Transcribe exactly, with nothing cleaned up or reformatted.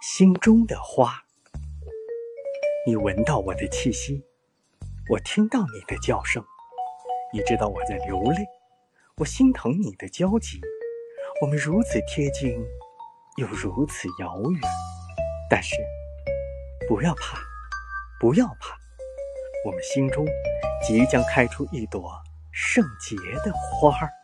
心中的花。你闻到我的气息，我听到你的叫声，你知道我在流泪，我心疼你的焦急。我们如此贴近，又如此遥远。但是不要怕，不要怕，我们心中即将开出一朵圣洁的花儿。